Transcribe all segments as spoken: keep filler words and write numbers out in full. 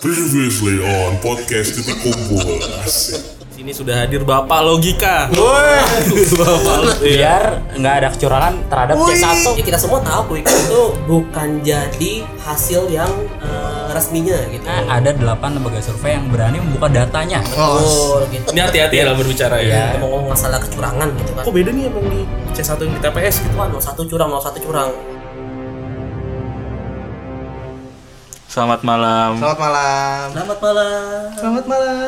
Previously on podcast Titik Kumpul. Asik. Sini sudah hadir Bapak Logika. Woi, Bapak, biar nggak ada kecurangan terhadap C satu. Ya kita semua tahu Quick itu bukan jadi hasil yang uh, resminya gitu. Nah, ada delapan lembaga survei yang berani membuka datanya. Oh, gitu. Ini hati-hati ya lah berbicara ya. Iya. Ngomong masalah kecurangan gitu kan. Kok beda nih emang di C satu yang di T P S gitu? Wah, nol satu curang, nol satu curang. Selamat malam. Selamat malam. Selamat malam. Selamat malam.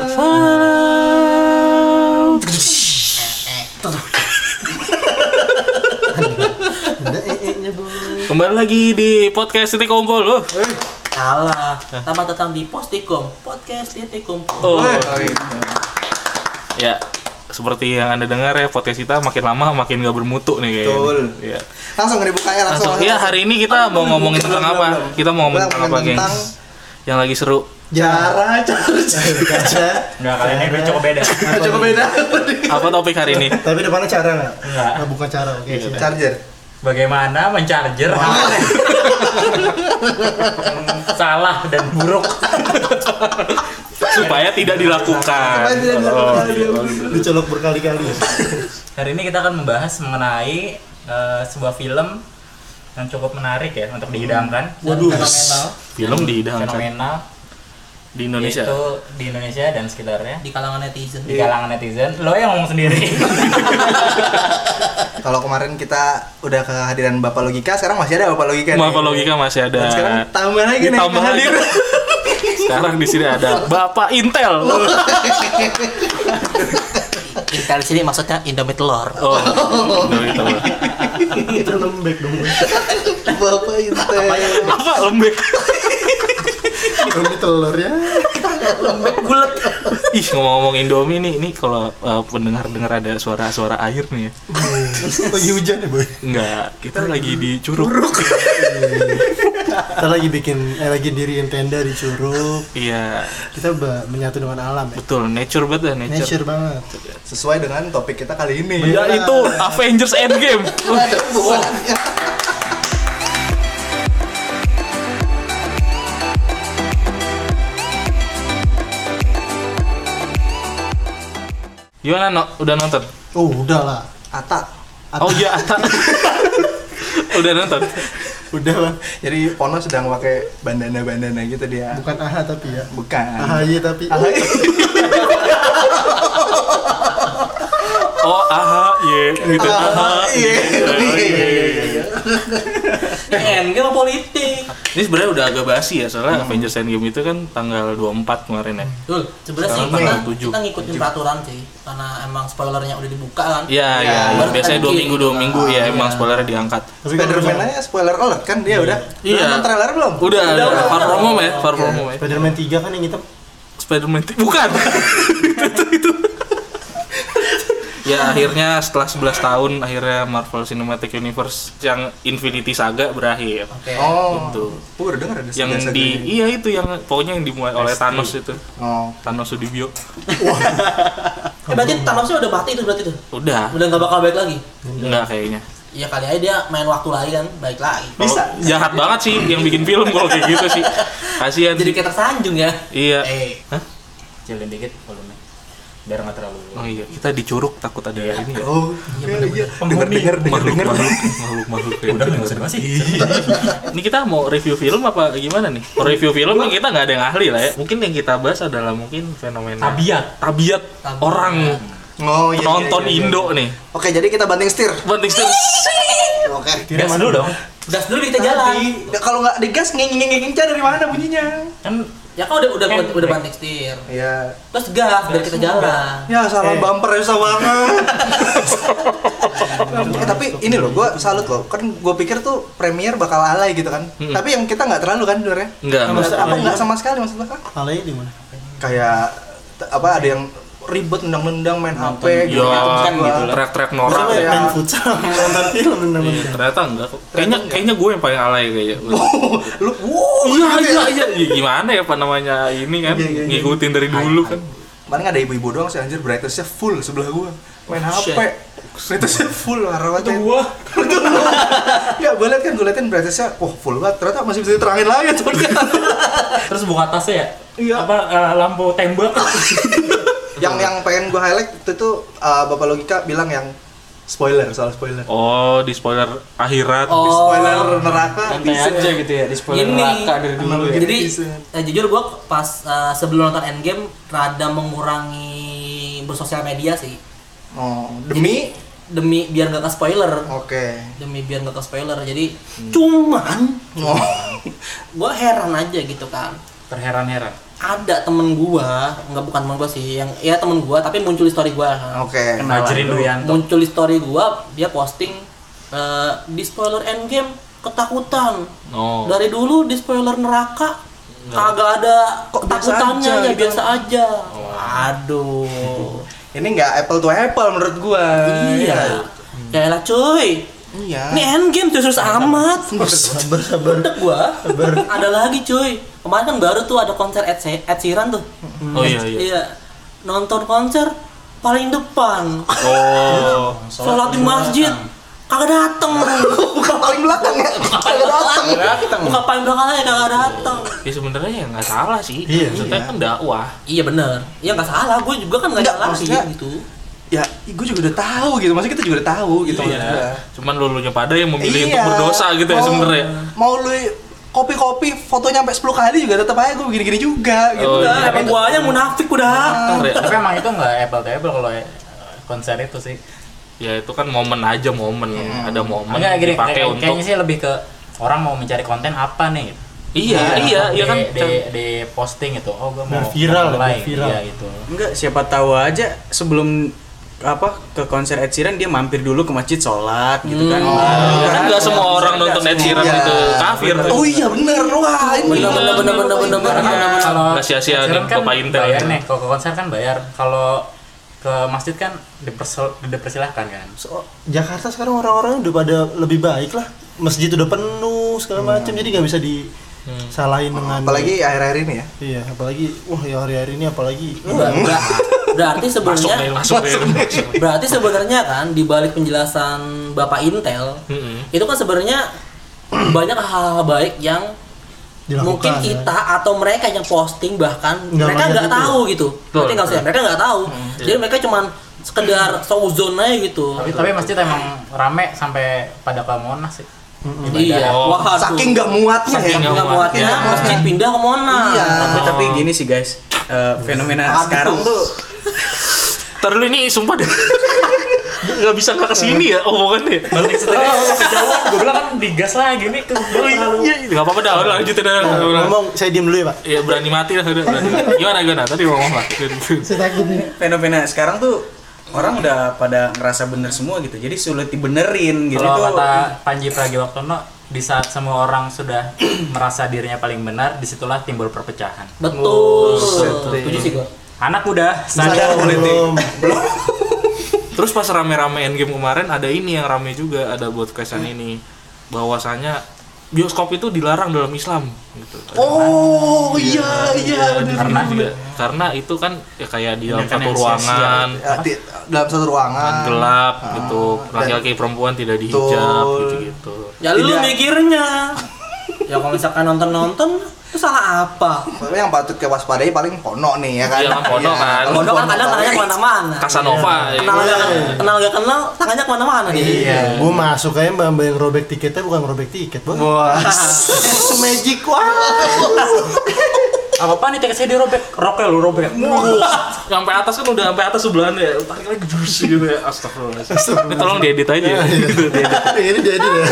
Ada ee-nya, Boy. Kembali lagi di podcast Titik Kumpul loh. Salah. Selamat datang di Postikum, podcast Titik Kumpul. Oh. Woi. Ya, seperti yang Anda dengar ya, podcast kita makin lama makin gak bermutu nih kayaknya. Betul. Iya. Langsung dibuka ya langsung. Langsung. Ya, hari ini kita mau ngomongin tentang belum, apa? belum. Kita mau ngomongin tentang apa, Ngomongin gengs? Yang lagi seru. Jarah, cara. Enggak, kali ini cukup beda. Coba beda. Apa topik hari ini? Tapi depannya cara nggak? Enggak. Nggak bukan cara, oke. siap. Charger. Bagaimana mencharger H P yang salah dan buruk. Supaya tidak dilakukan. Supaya tidak Oh, dilakukan. gitu. Dicolok berkali-kali. Hari ini kita akan membahas mengenai eh, sebuah film yang cukup menarik ya untuk dihidangkan. Dan Waduh. fenomenal. Film dihidangkan Fenomenal di Indonesia. yaitu di Indonesia dan sekitarnya. Di kalangan netizen. Di kalangan netizen. Lo yang ngomong sendiri. Kalau kemarin kita udah kehadiran Bapak Logika, sekarang masih ada Bapak Logika. nih. Bapak Logika masih ada. Dan sekarang tambah lagi nih Ditambah lagi. hadir. Sekarang di sini ada Bapak Intel. Intel di sini maksudnya Indomie telur. Oh, itu. Itu lembek dong. Bapak Intel. Apa lembek? Indomie telur ya. Lembek bulat. Ih, ngomong-ngomong Indomie nih, ini kalau uh, pendengar-dengar ada suara-suara air nih ya. Lagi hujan ya, Boy. Enggak, kita lagi di Curug. Kita lagi bikin, eh lagi diriin tenda di Curug. Iya, Kita ba- menyatu dengan alam ya. betul, nature banget ya, nature. Nature banget. Sesuai dengan topik kita kali ini. Ya itu Avengers Endgame. Ada bukan. Gimana, no? Udah nonton? Oh, udah lah. Ata. Oh iya, Ata. Udah nonton? Udah lah. Jadi Pono sedang pakai bandana-bandana gitu dia. Bukan A H A tapi ya. Bukan. A H Y tapi. Ah, iya. Oh, aha, iya, gitu. Aha, Iya. Endgame politik. Ini sebenarnya udah agak basi ya, soalnya Avengers Endgame itu kan tanggal dua puluh empat kemarin ya. Betul. Sebenarnya sih Sekarang kita, tanggal tujuh. kita ngikutin peraturan sih, karena emang spoilernya udah dibuka kan. Iya, Ya, iya. baru Biasanya kita dua bikin minggu, dua gitu. minggu ya, Ah, emang iya. spoilernya diangkat. Tapi kalau Spider-Man aja spoiler alert kan dia udah. Iya. Udah nonton trailer belum? Udah, udah, udah, Far udah. From Home ya, Far From Home ya. Spider-Man tiga kan yang hitam. Spider-Man ti- bukan. itu, itu, itu. Ya akhirnya setelah sebelas tahun akhirnya Marvel Cinematic Universe yang Infinity Saga berakhir. Oke. Oh. Gitu. Gue udah denger ada Yang saga-saga di ini. iya itu yang pokoknya yang dimulai oleh Thanos itu. Oh. Thanos Sudibyo. Eh, berarti Thanosnya udah mati itu berarti tuh. Udah. Udah nggak bakal balik lagi. Enggak kayaknya. Ya kali aja dia main waktu lagi kan, balik lagi. Bisa. Kalau jahat banget sih yang bikin film kalau kayak gitu sih. Kasihan Jadi sih. kayak tersanjung ya. Iya. Eh, Hah? Kecilin dikit volumenya. Biar nggak terlalu. Oh iya, kita di Curug takut ada ini ya. Oh. Iya iya. Denger denger denger Makhluk, denger. makhluk, makhluk, makhluk. Udah nggak usah dibahas sih. Ini kita mau review film apa gimana nih? Kalau review film kan kita nggak ada yang ahli lah ya. Mungkin yang kita bahas adalah mungkin fenomena Tabiat. tabiat Tabiat. orang Oh iya. nonton iya, iya, iya. Indo nih. Oke, jadi kita banting setir. Banting setir. Oke. Gas dulu dong. gas dulu kita jalan. Ya, kalau nggak digas ngeng-ngeng-ngeng dari mana bunyinya? Kan Ya kan udah udah Handbrake. udah banting setir. Iya. Terus gas biar kita jalan. Ya salah Eh. bumper ya susah banget. eh, tapi ini loh, gue salut loh. Kan gue pikir tuh premier bakal alay gitu kan. Hmm. Tapi yang kita nggak terlalu kan sebenarnya. Enggak, Nah, enggak. maksud- Apa nggak sama sekali maksud lo kan? Alay di mana? Kayak t- apa ada yang ribet nendang-nendang main H P Ya, gitu. kan gitu lah. track-track Masa norak Iya. ya. main futsal, nonton film Iya, namanya. ternyata enggak kok. Kayaknya kayaknya gue yang paling alay kayaknya. Lu wow. Iya, iya, iya. Ya, gimana ya apa namanya ini kan Iya, iya, iya. ngikutin dari dulu kan. Paling ada ibu-ibu doang sih anjir brightness-nya full sebelah gua. Main Oh, H P. shit. Brightness-nya full warna-warna. Itu gua. Enggak, gue liat kan, gue liatin brightness-nya, wah full banget. Ternyata masih bisa diterangin lagi tuh. Terus buka tasnya ya? Iya. Apa uh, lampu tembak? yang yang pengen gue highlight itu tuh uh, Bapak Logika bilang yang spoiler, soal spoiler. Oh, di spoiler akhirat. Oh. Di spoiler neraka. Santai aja gitu ya, di spoiler Ini. neraka dari dulu ya. Jadi Bisa. eh, jujur gue pas eh, sebelum nonton Endgame rada mengurangi bersosial media sih. Oh, demi Demi biar gak ke spoiler. Oke. Demi biar gak ke spoiler. Jadi cuman Oh. gue heran aja gitu kan. Terheran-heran. Ada temen gua, nggak bukan temen gua sih, yang ya temen gua tapi muncul di story gua. Oke. Majrin Duyanto. Muncul di story gua, dia posting eh, di spoiler Endgame ketakutan. Oh. Dari dulu di spoiler neraka kagak ada Kok biasa ketakutannya, aja ya gitu? biasa aja. Aduh. Ini nggak apple to apple menurut gua. Iya. Ya lah cuy. Iya. Ini Endgame terus amat. Sabar sabar. Bentek gua. Ada lagi cuy. Kemarin kan baru tuh ada konser Ed, Se- Ed Sheeran tuh. Oh iya iya. Iya. Nonton konser paling depan. Oh. Sholat di masjid kagak dateng. Bukan paling belakang ya. Kagak datang. Bukan paling belakang aja kagak dateng. Ya sebenarnya ya nggak salah sih. Iya, Maksudnya iya. kan dakwah. Iya bener. Iya nggak salah. Gue juga kan nggak Nggak, salah sih maksudnya- gitu. Ya, gue juga udah tahu gitu. Maksudnya kita juga udah tahu gitu. maksud gua. Iya. Cuman lulunya pada yang memilih Iya. untuk berdosa gitu ya Mau- sebenarnya. Mau lu kopi-kopi fotonya sampai sepuluh kali juga tetap aja gue begini-gini juga gitu. Oh, Udah, iya. emang gua aja munafik udah. Bener ya? Tapi emang itu nggak apple to apple kalau eh, konser itu sih. Ya itu kan momen aja momen. Ada momen Enggak gini, dipakai kayak- untuk. kayaknya sih lebih ke orang mau mencari konten apa nih. Iya iya iya kan. di, di, di posting itu. Oh, gua mau Biar viral, mulai. biar viral. Iya gitu. Enggak, siapa tahu aja sebelum apa ke konser Ed Sheeran dia mampir dulu ke masjid sholat gitu kan. Ya kan nggak semua orang nonton Ed Sheeran Iya. itu kafir. Oh iya bener, wah ini Bener bener bener bener bener bener. Karena kalau Nggak sia-sia konser nih, kan Bapak Intel. bayar nih, kalau ke konser kan bayar. Kalau ke masjid kan dipersel- dipersilahkan kan. So, Jakarta sekarang orang-orang udah pada lebih baik lah. Masjid udah penuh segala macam, jadi nggak bisa disalahin dengan. apalagi akhir-akhir ini ya. Iya, apalagi wah ya hari-hari ini apalagi. Enggak, enggak. Berarti Masuk sebenarnya deh, masuk deh. masuk. berarti sebenarnya kan di balik penjelasan Bapak Intel Mm-mm. itu kan sebenarnya banyak hal-hal baik yang Dilakukan, mungkin ya. kita atau mereka yang posting bahkan Nggak mereka ngeliat nggak itu tahu gitu. Berarti nggak sih? Mereka nggak tahu. Jadi mereka cuman sekedar seuzon aja gitu. Tapi tapi masjid emang rame sampai pada ke Monas sih. Iya. Oh, Wah, Saking nggak muatnya Saking ya. nggak nggak muatnya Iya. masjid pindah ke Monas. Iya. Tapi, tapi gini sih guys, eh, fenomena sekarang tuh Ntar dulu ini sumpah deh. Nggak bisa nggak kesini ya omongannya. Balik setelah kejauhan, gue bilang kan digas lagi nih ke Oh iya, nggak apa-apa dah, udah lanjutin dah. Udah. Ngomong, saya diem dulu ya Pak. Ya berani mati lah udah. berani. Gimana gimana? Tadi mau ngomong apa? Saya takut nih. fenomena sekarang tuh orang udah pada ngerasa bener semua gitu. Jadi sulit dibenerin gitu Kalau tuh. kata Panji Pragiwaksono, di saat semua orang sudah merasa dirinya paling benar, disitulah timbul perpecahan. Betul. Setuju sih gua. Anak muda sadar politik. Belum. Terus pas rame-rame Endgame kemarin ada ini yang rame juga, ada podcastan ini bahwasanya bioskop itu dilarang dalam Islam gitu. Oh iya iya bener. Karena juga karena itu kan ya kayak di dalam Ini kan satu yang ruangan Ya, di- dalam satu ruangan kan gelap Ah, gitu, dan- laki-laki perempuan tidak dihijab Betul. gitu-gitu. Ya lu Tidak. mikirnya. Ya kalau misalkan nonton-nonton itu salah apa? Tapi yang patut kewaspadai paling Pono nih ya kan. Iya, Pono kan. kalau Bodoh kan kadang tangannya paling- kemana-mana. Casanova ya. Kenal gak kenal gak kenal tangannya kemana-mana dia. Iya. Gue masuk aja mbak mbak yang robek tiketnya bukan robek tiket, Bang. Wah. Itu magic wah. Apa nih tiket saya dirobek, roknya lu robek. Sampai atas kan udah sampai atas sebelahan ya, tarik lagi jus gitu ya. Astagfirullah. Ini tolong diedit aja ya. Gitu diedit. Ini jadi deh.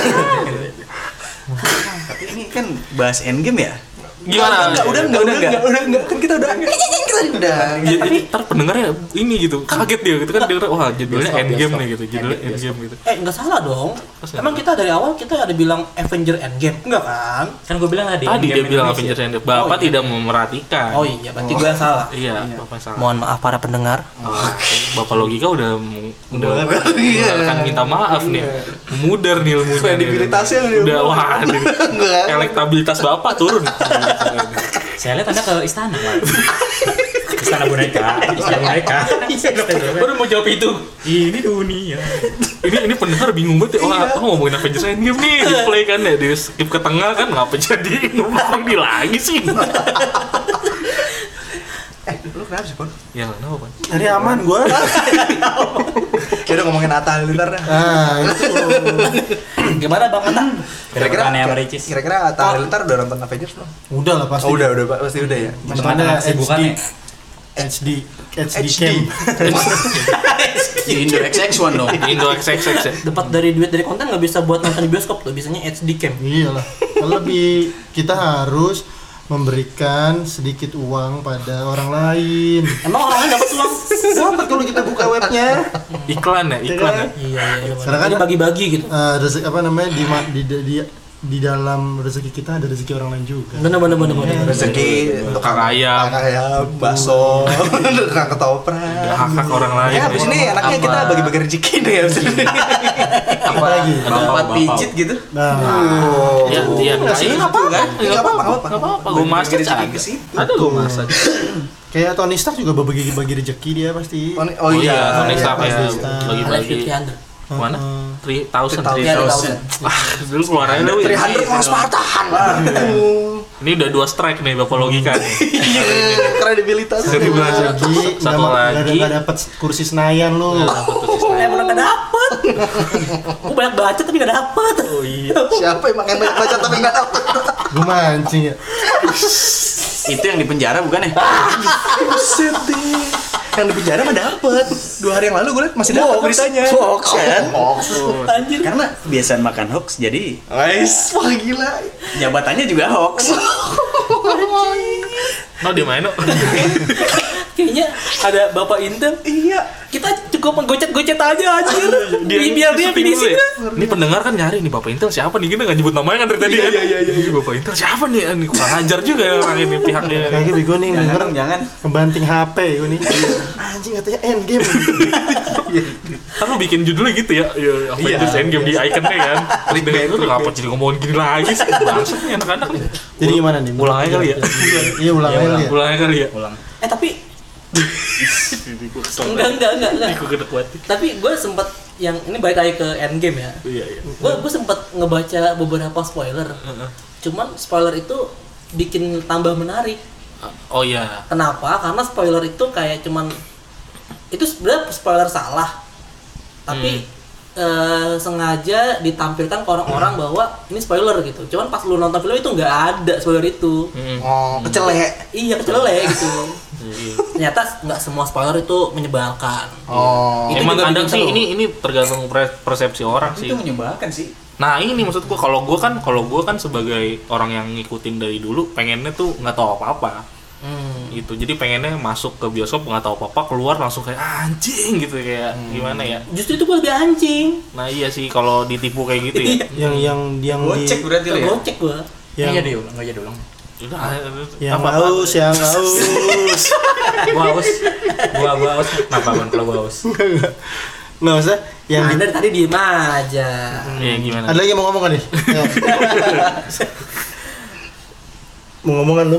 Tapi ini kan bahas Endgame ya. Gimana? Enggak, udah enggak, udah enggak, udah enggak. Kan kita udah kita udah. Ya, jadi ntar pendengarnya ini gitu, kaget dia gitu kan, dia wah judulnya Bioskop, Endgame bioskop. nih gitu, judulnya Endgame gitu. Eh nggak salah dong. Emang kita dari awal kita ada bilang Avenger Endgame, enggak kan? Kan gue bilang tadi. Tadi dia Endgame bilang Indonesia. Avengers Endgame, Bapak Oh, iya. tidak memerhatikan. Oh iya, berarti gue yang salah. Iya, Bapak salah. Mohon maaf para pendengar. Oh, Bapak logika udah udah kan minta maaf nih. Mudar nih ilmunya. Kredibilitasnya nih. udah- udah wah. nih. Elektabilitas Bapak turun. Saya lihat Anda ke istana, Pak. Istana boneka, istana boneka. Baru mau jawab itu. Ini dunia. Ini ini pendengar bingung banget ya. Wah, oh, ngomongin Avengers Endgame nih, di play kan ya, di skip ke tengah kan, ngapa jadi ngomong di lagi sih? Eh, lu kenapa sih, Pon? Ya, kenapa, Pan? Hari aman gua. Kita udah ngomongin Atta Halilintar dah. Nah, itu. Gimana Bang Ata? Kira-kira Pertanyaan sama Ricis. Kira-kira Atta Halilintar udah nonton Avengers belum? Udah lah pasti. Oh, udah, udah, pasti udah ya. Nontonnya Mana kesibukan ya? H D H D H D. cam. Di Indo X X one dong. Indo X X X ya. Dapat dari duit dari konten nggak bisa buat nonton di bioskop tuh, bisanya H D cam. Iyalah. Lebih kita harus memberikan sedikit uang pada orang lain. Emang orang lain dapat uang? Dapat kalau kita buka webnya. Iklan ya, iklan ya. Iya, iya. Sekarang kan Ini bagi-bagi gitu. eh, rezeki apa namanya di, ma- di, di, di di dalam rezeki kita ada rezeki orang lain juga. Bener bener bener bener. Rezeki untuk Kak ayam, kakak ayam, bakso, tukang ketoprak. hak-hak orang lain. Ya, abis ini enaknya kita bagi-bagi rezeki deh abis ini. Apa lagi? Bapak pijit gitu. Nah, Oh. Ya, iya, enggak sih, enggak apa-apa. Enggak apa-apa, enggak apa-apa. Enggak apa-apa, gue masak Bagi rezeki ada. ke situ. Ada gue masak. kayak Tony Stark juga bagi bagi rezeki dia pasti. Oh, Oh iya, Tony iya. Stark ya, Tony Stark. bagi-bagi. Mana? three thousand, three Iya, thousand. Ah, dulu keluar aja dulu. tiga ratus orang Spartan. Ini udah dua strike nih Bapak Logika nih. Kredibilitas. Kredibilitas. Lagi Satu lagi. nggak dapat kursi Senayan lu. Eh bener nggak dapet. Gue banyak baca tapi nggak dapet. Oh iya. Siapa emang yang banyak baca tapi enggak dapat? Gue mancing ya. Itu yang di penjara bukan ya? Buset deh. Yang di penjara mah dapet. Dua hari yang lalu gue liat masih dapat beritanya. Hoax kan? Anjir. Karena kebiasaan makan hoax jadi Guys, wah gila. jabatannya juga hoax. No di mana? Kayaknya ada Bapak Inten. Iya. Kita cukup menggocet-gocet aja anjir. Biar dia sepi dulu finishing ya. dah. Ini pendengar kan nyari nih Bapak Intel siapa nih, gini nggak nyebut namanya kan dari tadi Iya, kan? iya, iya, iya. Bapak Intel siapa nih? Ini kurang ajar juga ya orang ini pihaknya. Kayaknya bego nih Jangan denger dong, jangan. kebanting H P gue nih. Anjing katanya Endgame. Kan lu bikin judulnya gitu ya, ya Avengers Endgame di iconnya kan. Terus dengan itu ngapa jadi ngomongin gini lagi sih? Bangsat nih anak-anak nih. Jadi gimana nih? Ulang aja kali ya. Iya ulang aja kali ya. Ulang aja kali ya. Ulang. Eh tapi enggak enggak enggak enggak. Gue kena kuat. Tapi gue sempet yang ini balik lagi ke Endgame ya. Iya iya. Gue gue sempet ngebaca beberapa spoiler. Cuman spoiler itu bikin tambah menarik. Oh iya. Kenapa? Karena spoiler itu kayak cuman itu sebenarnya spoiler salah. Tapi eh, sengaja ditampilkan ke orang-orang bahwa ini spoiler gitu. Cuman pas lu nonton film itu nggak ada spoiler itu. Oh, kecelek. Iya kecelek gitu. Ternyata nggak semua spoiler itu menyebalkan. Oh. Itu Emang juga kadang bikin sih seru. ini ini tergantung pre- persepsi orang sih. Itu menyebalkan sih. Nah ini maksud gua, kalau gua kan kalau gua kan sebagai orang yang ngikutin dari dulu, pengennya tuh nggak tahu apa-apa. Hmm. Gitu, jadi pengennya masuk ke bioskop nggak tahu apa-apa, keluar langsung kayak "Ah, anjing gitu kayak gimana ya. Justru itu gue lebih anjing. Nah iya sih kalau ditipu kayak gitu ya. Yang yang yang di Gocek berarti lo ya? Gocek gue. yang Nggak jadi ulang, nggak jadi ulang. Udah, yang apa- haus, yang haus. Gua haus. Gua gua haus. Kenapa man kalau gua haus? Nggak usah. Yang di, Anda dari tadi diem aja. Iya gimana? ada lagi yang mau ngomong kan nih? Ya. Mau ngomong kan lu?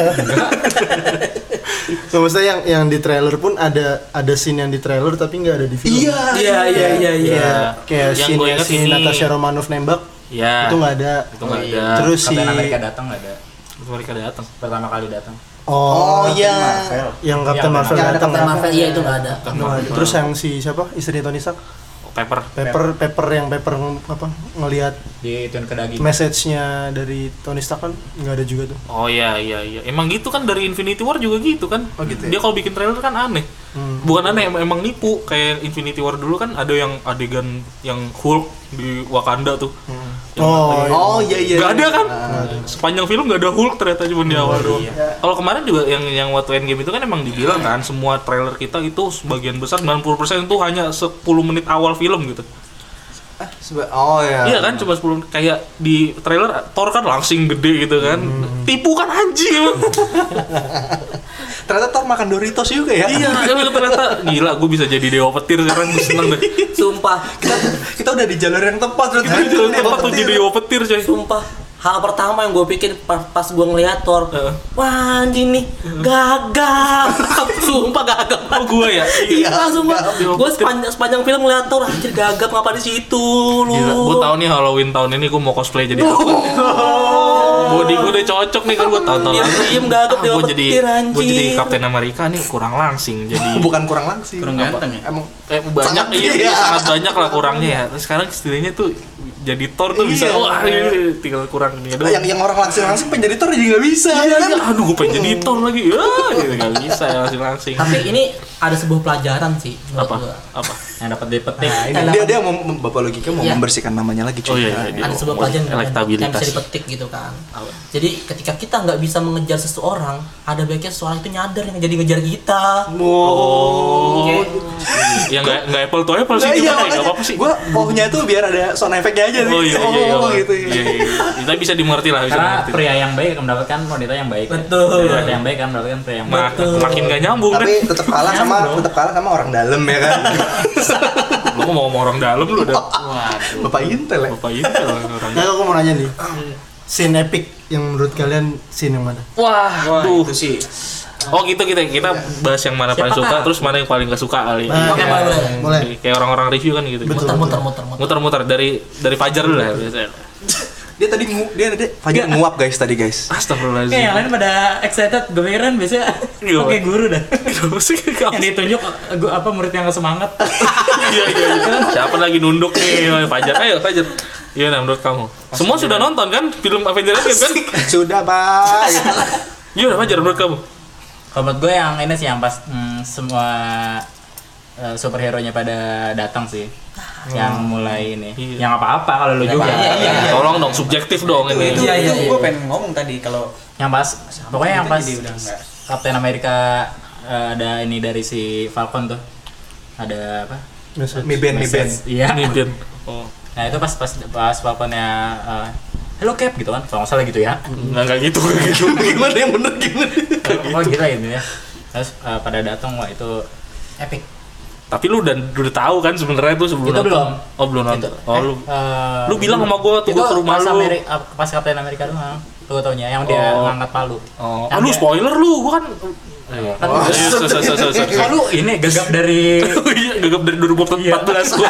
Nggak, maksudnya yang yang di trailer pun ada ada scene yang di trailer tapi nggak ada di film. Iya. Iya iya iya iya. Iya. Kayak Yang scene gue inget scene ini. Natasha Romanoff nembak Ya. itu nggak ada. Itu nggak ada. Terus si Kapten Amerika datang nggak ada. Terus mereka datang. Pertama kali datang. oh, Oh iya. Marvel. yang Captain Yang Marvel yang ada datang. Captain Marvel iya itu nggak ada. Terus yang si siapa? Istri Tony Stark. Paper. Pepper Pepper yang Pepper ng- apa ngelihat Di ituin ke daging. message-nya dari Tony Stark kan nggak ada juga tuh. Oh iya iya iya. Emang gitu kan dari Infinity War juga gitu kan. Oh, gitu ya? Dia kalau bikin trailer kan aneh. Hmm. Bukan aneh emang, emang nipu. Kayak Infinity War dulu kan ada yang adegan yang Hulk di Wakanda tuh. Yang Oh, lagi- Oh iya iya. Gak ada kan? Ah. Sepanjang film gak ada Hulk ternyata cuma di awal doang. Kalau kemarin juga yang yang waktu Endgame itu kan emang dibilang kan semua trailer kita itu sebagian besar sembilan puluh persen itu hanya sepuluh menit awal film gitu. Ah, seba- oh iya. Iya kan cuma sepuluh menit. Kayak di trailer Thor kan langsing gede gitu kan. Tipu kan anjing. Ternyata Thor makan Doritos juga ya. Iya, emang ternyata gila gue bisa jadi dewa petir sekarang gue seneng deh. Sumpah. Kita kita udah di jalur yang tepat ternyata. Kita di jalan tempat tuh jadi dewa petir coy. Sumpah. hal pertama yang gue pikir pas, pas gue ngeliat Thor, Uh. wah anjing nih gagap, sumpah gagap. Oh gue ya. Iya langsung gue, gue sepanjang sepanjang film ngeliat Thor, anjir gagap ngapa di situ lu? Gue tahu nih Halloween tahun ini gue mau cosplay jadi apa. Body gue udah cocok nih kan gue tahun-tahun Dia lalu. diem gagap dia Gue jadi petir gue jadi anjir. Kapten Amerika nih kurang langsing jadi. Bukan kurang langsing. Kurang ganteng ya? Emang Kayak banyak Sangat iya, iya. iya, sangat banyak lah kurangnya ya. Terus sekarang istilahnya tuh jadi Thor tuh bisa Iya. wah ini tinggal kurang ini doang. yang yang orang langsing-langsing pengen jadi Thor jadi nggak bisa ya kan? Aduh gue pengen jadi Thor lagi. Ya, gitu nggak bisa ya langsing-langsing. Tapi ini ada sebuah pelajaran sih menurut Apa? gua. Apa? Yang dapat dipetik. Nah, ini Dalam- dia dia mau mem- Bapak Logika mau Iya. membersihkan namanya lagi cuy. Oh iya, iya, iya. Ada sebuah Oh, pelajaran yang- yang elektabilitas. bisa dipetik gitu kan. Apa? Jadi ketika kita nggak bisa mengejar seseorang, ada baiknya seseorang itu nyadar yang jadi ngejar kita. Oh. Kayak- Ya nggak nggak apple to apple sih Nah, cuma iya, ya nggak makanya apa-apa sih. Gua ohnya tuh biar ada sound efeknya aja sih. Oh iya iya iya. Oh, gitu ya. Iya iya. Kita bisa dimengerti lah, bisa Karena dimengerti. pria yang baik akan mendapatkan wanita yang baik. Betul. Wanita yang baik akan mendapatkan pria yang baik. Nah, makin gak nyambung kan. Tapi tetap kalah sama tetap kalah sama orang dalam ya kan. Lu mau ngomong orang dalam lu udah. Waduh. Bapak Intel ya. Bapak Intel orang. Nah, aku mau nanya nih. Scene epic yang menurut kalian scene yang mana? Wah, Wah, aduh. itu sih. Oh gitu kita kita bahas yang mana paling Siapa suka, tahu? terus mana yang paling gak suka kali. Nah, Oke, boleh, boleh. Boleh. Kayak orang-orang review kan gitu. Betul. Muter, muter, muter, muter. Muter-muter dari dari Fajar dulu lah biasanya. Dia tadi ngu, dia dia Fajar nguap guys tadi guys. Astagfirullahaladzim. Kayak yang lain pada excited, gue pikiran biasanya Gimana? pakai guru dah. Kenapa sih? Yang ditunjuk gue apa murid yang semangat. Iya iya iya. Siapa lagi nunduk nih? Oh, Fajar. Ayo Fajar. Gimana menurut kamu? Semua sudah nonton kan film Avengers Endgame kan? Sudah, Pak. Gimana Fajar menurut kamu? Kalau menurut gue yang ini sih yang pas hmm, semua uh, superhero-nya pada datang sih. Yang mulai ini. Iya. Yang apa-apa kalau lu juga. Iya, iya, iya. Tolong dong subjektif dong ini. Iya, iya, iya. Gue pengen ngomong tadi kalau Yang pas pokoknya yang itu pas jadi udah enggak. Captain America uh, ada ini dari si Falcon tuh. Ada apa? Mi Ben, mi Ben. Iya. Ini Ben. Oh. Nah, itu pas pas pas Falconnya uh, Hello Cap gitu kan. Kalau nggak salah gitu ya. Enggak enggak gitu enggak gitu. Gimana yang bener gimana? Oh gitu lah ini ya. Terus uh, pada datang wah itu Epic. Tapi lu udah udah tahu kan sebenarnya itu sebelum Itu nonton. belum. Oh, belum nonton. Itu, Oh, eh, lu eh, lu bilang sama gua tuh itu gua ke rumah pas lu. Ameri- uh, pas Captain America doang. Tuh taunya yang dia Oh. ngangkat palu. Oh, Yang ah, lu dia- spoiler lu, gua kan Kan Oh, iya, so, so, so, so, so. Oh, lu ini gagap dari Oh iya, gagap dari dua ribu empat belas gua.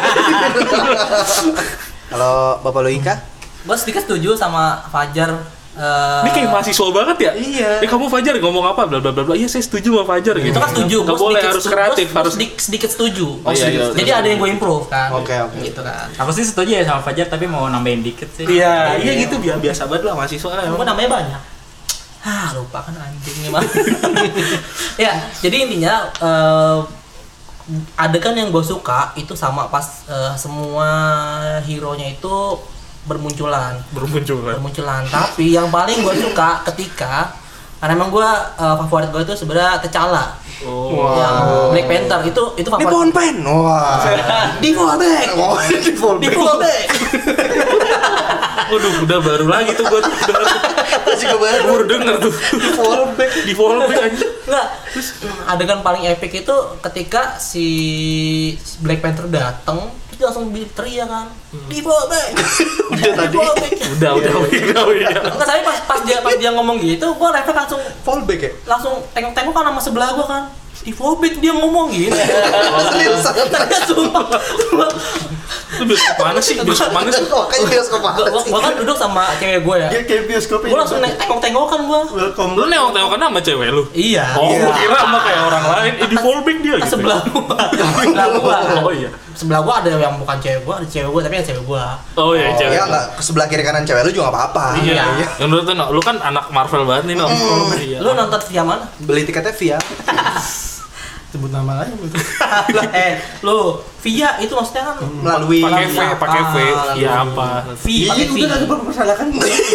Kalau Bapak Logika? Gue sedikit setuju sama Fajar. eh, Ini kayak mahasiswa banget ya? Iya. Eh kamu Fajar ngomong apa? Bla bla bla bla. Iya, saya setuju sama Fajar gitu. itu kan setuju. Enggak Gua boleh sedikit harus setuju. kreatif, Gua harus sedikit, sedikit setuju. Oh, iya, iya. Jadi ada yang gue improve kan. Oke, oke. Gitu kan. Aku sih setuju ya sama Fajar tapi mau nambahin dikit sih. Iya, iya gitu biasa biasa banget lah mahasiswa lah. Gue emang. namanya banyak. Hah, lupa kan anjing nih mah. Ya, jadi intinya eh, adegan yang gue suka itu sama pas eh, semua hero-nya itu bermunculan. Bermunculan. Bermunculan. Tapi yang paling gue suka ketika karena emang gue uh, favorit gue itu sebenarnya T'Challa. Oh. Yang Black Panther itu itu Ini favorit. pohon pen. Wah. Di fallback. Oh, di full Di fallback. Waduh, udah baru lagi tuh gua tuh denger. Masih gue baru. Gua baru denger tuh. Di fallback. Di fallback aja. Enggak. Terus adegan paling epic itu ketika si Black Panther datang terus dia langsung teriak kan. Di fallback. Udah tadi. Udah, udah, udah, udah. Enggak, tapi pas pas dia pas dia ngomong gitu, gua refleks langsung Fallback ya? langsung tengok-tengok kan sama sebelah gua kan. Di fallback dia ngomong gitu. Ternyata sumpah. Sumpah. Itu bioskop mana sih? Bioskop mana sih? Oh, kayak bioskop Gua, mana gua, sih? gua kan duduk sama cewek gua ya. Kayak kayak bioskop Gua langsung neng- tengok-tengokan gua. welcome. Lu nengok-nengokan sama cewek lu? Iya. Oh, gua kira sama kayak orang lain. Eh, di fallback dia gitu. Sebelah gua. Sebelah gua. Oh iya. Sebelah gua ada yang bukan cewek gua, ada cewek gua tapi ada cewek gua. Oh iya, Oh, cewek. ya enggak ke sebelah kiri kanan cewek lu juga enggak apa-apa. Iya. Iya. Yang menurut lu, lu kan anak Marvel banget nih, no. Iya. Lu nonton via mana? Beli tiketnya via. Sebut nama aja betul. Lah, eh, lu via itu maksudnya kan Melalui Pakai V, pakai V. Ah, Iya apa? via pakai Iya, V. udah kagak mempermasalahkan.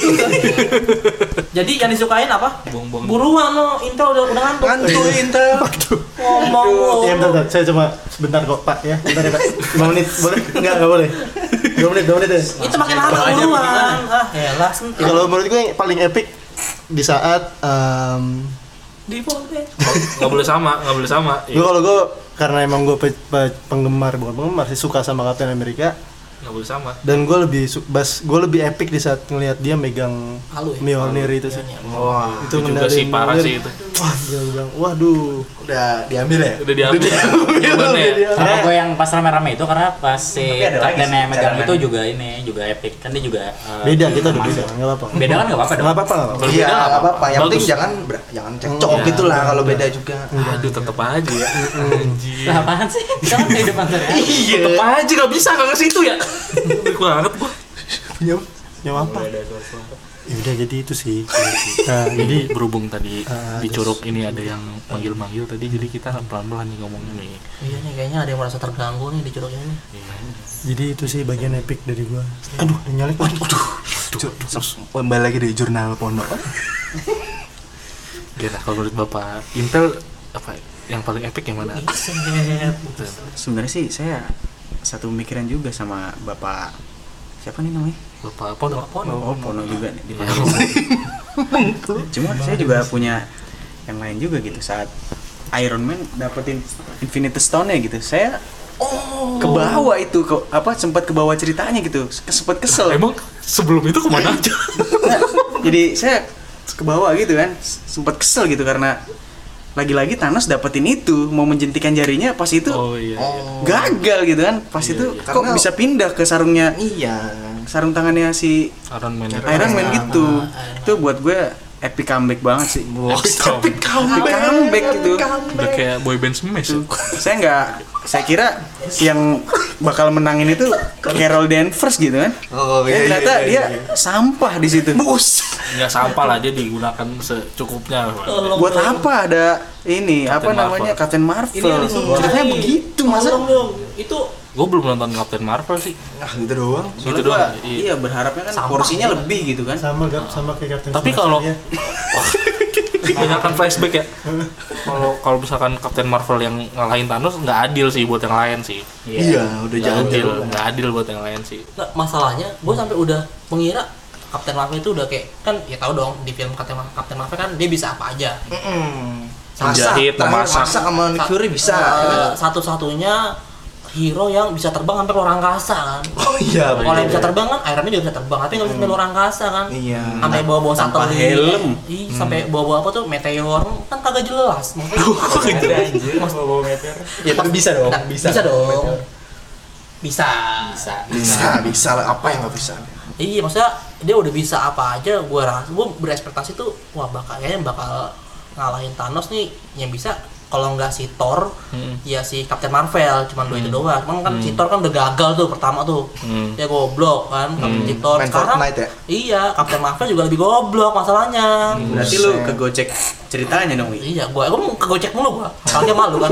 Jadi yang disukain apa? Buang-buang. Buruan lo, Intel udah udah ngantuk. ngantuk Intel. Ngomong lo. Ya bentar, bentar, saya cuma sebentar kok Pak ya. Bentar ya Pak. lima menit boleh? Enggak, enggak boleh. dua menit, dua menit ya. Itu makin lama buruan. Ah, elah sentil. Kalau menurut gue yang paling epic di saat em, Di fallback. Nggak boleh sama, nggak boleh sama. gue kalau gue karena emang gue pe- pe- penggemar bukan penggemar sih suka sama Captain America. Nggak boleh sama. Dan gue lebih su- bas gue lebih epic di saat ngelihat dia megang Halu ya? Mjolnir itu sih. Wah, Itu Itu juga ngendalin sih parah Mjolnir. sih itu. Wah, gila gue bilang, waduh. udah diambil ya? Udah diambil. Gimana ya? Karena gue yang pas rame-rame itu karena pas si Tapi ada lagi kaptennya sih, megang cadangan. itu juga ini juga epic kan dia juga eh, Beda kita udah masuk. beda, enggak apa-apa. Beda kan nggak apa-apa dong. Enggak apa-apa, enggak apa-apa. Iya, Berbeda nggak apa-apa. Yang penting Bagus. jangan ber- jangan cekcok Iya. gitu lah kalau beda juga. Aduh tetep aja ya. Anjir. Lah, apaan sih? Kita kan kehidupan sehari-hari. Tetep aja gak bisa kagak situ ya. Baik banget gua. Ya, ya apa? Ya udah jadi itu sih. Nah, jadi Berhubung tadi Ah, di Curug ini ada yang manggil-manggil tadi, jadi kita pelan-pelan nih ngomongnya nih. Iya nih kayaknya ada yang merasa terganggu nih di Curug ini. jadi itu sih bagian epic dari gua. Aduh, nyalek. Aduh. Kembali lagi di jurnal pondok. Ya nah, kalau menurut Bapak Intel apa yang paling epic yang mana? Sebenarnya sih saya satu pemikiran juga sama Bapak siapa nih namanya? Bapak Pono. Oh, Pono juga nih. Cuma saya juga punya yang lain juga gitu saat Iron Man dapetin Infinity Stone-nya gitu. Saya oh, ke bawah itu ke, apa sempat ke bawah ceritanya gitu. Sempat kesel. Emang sebelum itu kemana aja? Jadi saya ke bawah gitu kan. Sempat kesel gitu karena lagi-lagi Thanos dapetin itu mau menjentikan jarinya pas itu Oh iya. Oh. gagal gitu kan. Pas Iya, itu iya. kok Karena- bisa pindah ke sarungnya Iya. sarung tangannya si Iron Man. Iron Man gitu. Itu buat gue epic comeback banget sih. Epic epic comeback, epic comeback gitu. Udah kayak boyband Smash ya. Saya nggak, saya kira yang bakal menangin itu Carol Danvers gitu kan. Oh Ya, ternyata dia sampah di situ. Nggak sampah lah, dia digunakan secukupnya. Buat apa ada ini Captain apa namanya Marvel. Captain Marvel? Ini ada semua. Ceritanya begitu masa? Tolong dong. Itu Gue belum nonton Captain Marvel sih. Ah gitu doang. Soalnya Gitu gua, doang, iya. iya berharapnya kan Sampah. porsinya lebih gitu kan. sama gak sama kayak Captain Tapi Smash kalau ya. kebanyakan flashback ya. Kalau kalau misalkan Captain Marvel yang ngalahin Thanos nggak adil sih buat yang lain sih. Iya, udah Nggak jauh. adil, nggak adil buat yang lain sih. nggak, masalahnya gue sampai udah mengira Captain Marvel itu udah kayak kan ya tahu dong di film Captain Mar- Captain Marvel kan dia bisa apa aja. Masak, Menjahit, terakhir memasak. masak sama Nick Fury bisa. Eh, satu-satunya hero yang bisa terbang sampai luar angkasa kan. Oh iya. Kalau yang bisa terbang kan Iron Man juga bisa terbang, tapi nggak bisa sampai luar angkasa kan. Iya. Sampai bawa-bawa Tanpa satelit. helm. Ih, sampai bawa-bawa apa tuh meteor kan kagak jelas. Maksudnya Ya tapi bisa dong. Nah, bisa, dong. Bisa. Bisa. Bisa, bisa lah. Apa yang nggak bisa? Iya, maksudnya dia udah bisa apa aja. Gue rasa, gue berekspektasi tuh, wah bakal kayaknya bakal ngalahin Thanos nih. Yang bisa kalau nggak si Thor, Hmm. ya si Captain Marvel, cuman dua itu doang. Cuman kan si Thor kan udah gagal tuh pertama tuh. Hmm. Ya goblok kan, Captain si Thor. Main Sekarang Fortnite ya? iya, Captain Marvel juga lebih goblok masalahnya. Berarti lu kegocek ceritanya dong, Wi. Iya, gua gua mau kegocek mulu gua. Soalnya malu kan.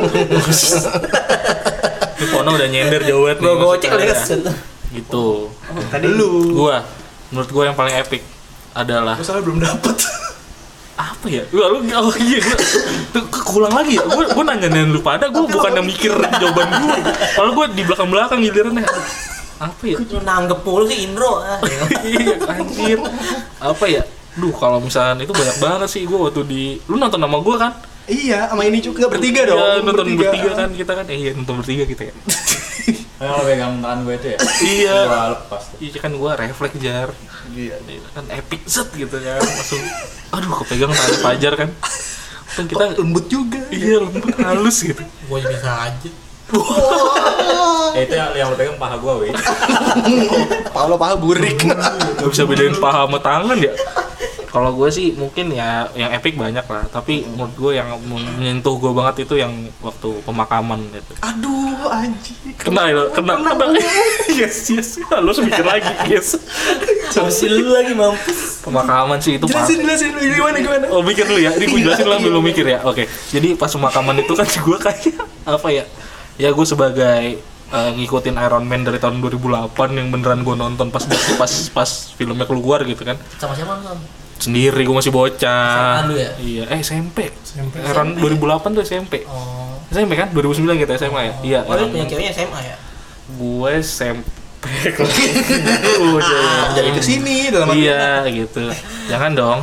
Itu Pono udah nyender jauh banget nih. Gua gocek maksudnya. kali kan. Gitu. Tadi lu Gua, menurut gua yang paling epic adalah Soalnya belum dapet. apa ya? Gua lu oh iya gua tuh kekulang lagi ya. Gua gua nanyain lu pada, gua bukan yang mikir jawaban gua. Kalau gua di belakang-belakang gilirannya. Apa ya? Lu nanggep mulu sih Indro. Ah. Iya, anjir. Apa ya? Duh, kalau misalnya itu banyak banget sih gua waktu di lu nonton sama gua kan? Iya, sama ini juga bertiga dong. Iya, nonton bertiga. kan kita kan. Eh iya, nonton bertiga kita ya. Kalau pegang tangan gue itu ya. Iya. Gua lepas tuh. Iya kan gua refleks jar. Iya. Kan epic set gitu kan. Langsung aduh kepegang tangan Fajar kan. Kan kita Lembut juga. iya lembut halus gitu. Gua juga bisa aja. Eh, itu yang yang lo pegang paha gue, Wi. Paha lo paha burik. Gak bisa bedain paha sama tangan ya. Kalau gue sih mungkin ya yang epic banyak lah, tapi menurut gue yang menyentuh gue banget itu yang waktu pemakaman gitu. Aduh, anjing. Kena ya, kena, kena. Yes, yes. Lo mikir lagi, yes. Masih lu lagi mampus. Pemakaman sih itu parah. Jelasin, jelasin dulu gimana gimana. Oh mikir dulu ya, ini gue jelasin lah belum mikir ya. Oke, jadi pas pemakaman itu kan gue kayak apa ya? Ya gue sebagai uh, ngikutin Iron Man dari tahun dua ribu delapan yang beneran gue nonton pas pas pas filmnya keluar gitu kan. Sama siapa lu? Sendiri gue masih bocah. S M A lu ya? Iya, eh S M P. S M P. Iron dua ribu delapan tuh S M P. Oh. S M P kan? dua ribu sembilan kita S M A ya? Iya. Oh, lu Iron punya Man. ceweknya S M A ya? Gue S M P. Oh, jangan. Jadi kesini dalam hati. Iya gitu. Jangan dong.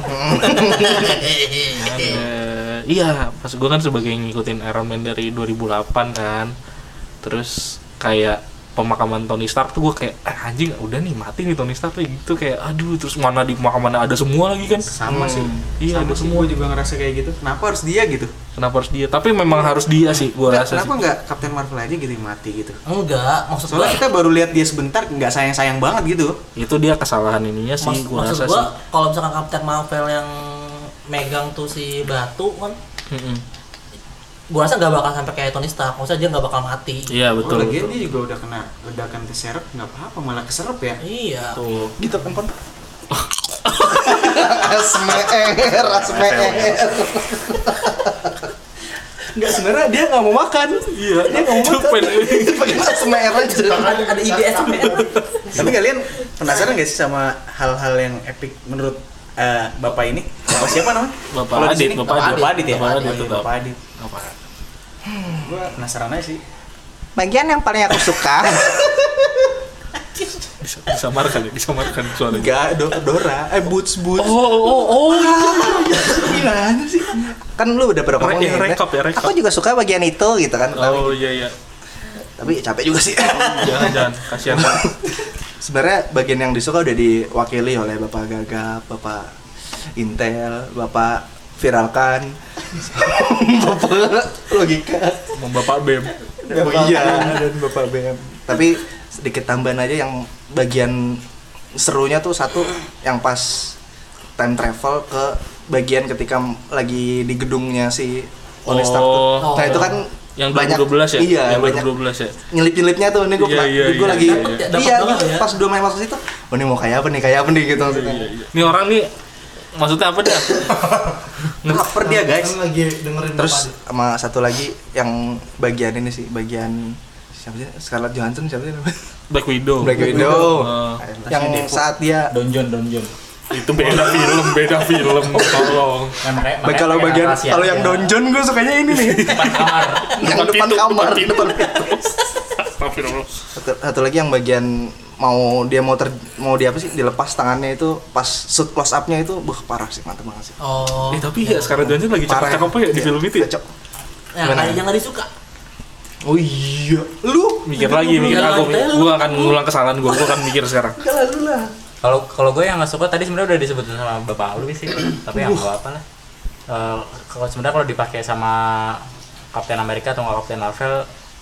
Eh, iya, pas gue kan sebagai ngikutin Iron Man dari dua ribu delapan kan. Terus kayak pemakaman Tony Stark tuh gue kayak eh, anjing udah nih mati nih Tony Stark gitu kayak aduh terus mana di pemakaman ada semua lagi kan Sama sih. iya Sama ada sih, semua gue juga ngerasa kayak gitu. Kenapa harus dia gitu? kenapa harus dia tapi memang harus dia sih gue Nggak, rasa kenapa sih nggak Captain Marvel aja gitu yang mati gitu? Enggak, maksud gua Soalnya kita baru lihat dia sebentar, nggak sayang-sayang banget gitu. itu dia kesalahan ininya sih Mas, gue maksud rasa gua sih kalau misalkan Captain Marvel yang megang tuh si batu kan Mm-mm. gua rasa nggak bakal sampai kayak Tony Stark, maksudnya dia nggak bakal mati. iya betul Oh, lagian betul dia juga udah kena ledakan keserep, nggak apa-apa malah keserep ya. Iya. tuh Gitu kan kon. Asmer, asmer. Enggak sebenarnya dia nggak mau makan. Iya, dia nggak mau makan. Pakai asmer aja. Ada, ada ide S M ya. Tapi kalian penasaran gak sih sama hal-hal yang epic menurut eh, bapak ini? Bapak siapa namanya? Bapak Kalau di Adit, sini, Bapak Adit. Bapak Adit ya. Bapak Adit Oh, iya, tetap. Bapak Adit. apa Gua penasaran aja sih. Bagian yang paling aku suka. bisa disamarkan ya disamarkan suaranya Enggak, Do Dora. Eh Boots Boots. oh oh oh Gimana sih? Kan lu udah berapa Re- ngomong ya, rekap ya, rekap. Aku juga suka bagian itu gitu kan. oh iya iya Tapi capek juga sih. jangan jangan kasihan kan Sebenarnya bagian yang disuka udah diwakili oleh Bapak Gagap, Bapak Intel, Bapak Viralkan, Bapak Logika, Bapak Bem Bapak iya dan Bapak B M. Tapi sedikit tambahan aja yang bagian serunya tuh satu yang pas time travel ke bagian ketika lagi di gedungnya si Tony Stark tuh. Oh. Nah itu kan yang banyak dua ribu dua belas ya iya yang banyak dua ribu dua belas ya nyelip-nyelipnya tuh nih gue Iya, iya, gue iya, lagi iya, iya. Dapat iya banget gua ya. pas udah main masuk situ oh ini mau kayak apa nih kayak apa nih gitu maksudnya. ini orang nih maksudnya apa dah Lapar dia guys. lagi dengerin Terus sama satu lagi yang bagian ini sih bagian siapa sih Scarlett Johansson siapa sih namanya? Black Widow Black Widow Oh. yang saat dia Donjon donjon. itu beda film beda film tolong Nah, makanya- Ba- makanya kalau pakai bagian rahasia kalau yang aja. donjon gue sukanya ini nih Depan kamar. yang depan pintu, kamar depan pintu. depan pintu. Astagfirullah. Satu, satu lagi yang bagian mau dia mau ter mau dia apa sih dilepas tangannya itu pas shoot close up-nya itu buh parah sih mantap banget sih Oh. eh tapi ya sekarang Johansson lagi Parah. cakep-cakep ya di Iya, film itu ya cocok. Yang Gimana? ada yang nggak disuka. Oh iya lu mikir lagi mikir Jangan aku telu. gue akan ngulang kesalahan gue gue akan mikir sekarang enggak lu lah Kalau kalau gue yang nggak suka tadi sebenarnya udah disebutin sama bapak lu sih, tapi yang nggak apa lah. Eh, kalau sebenarnya kalau dipakai sama Captain America atau nggak Captain Marvel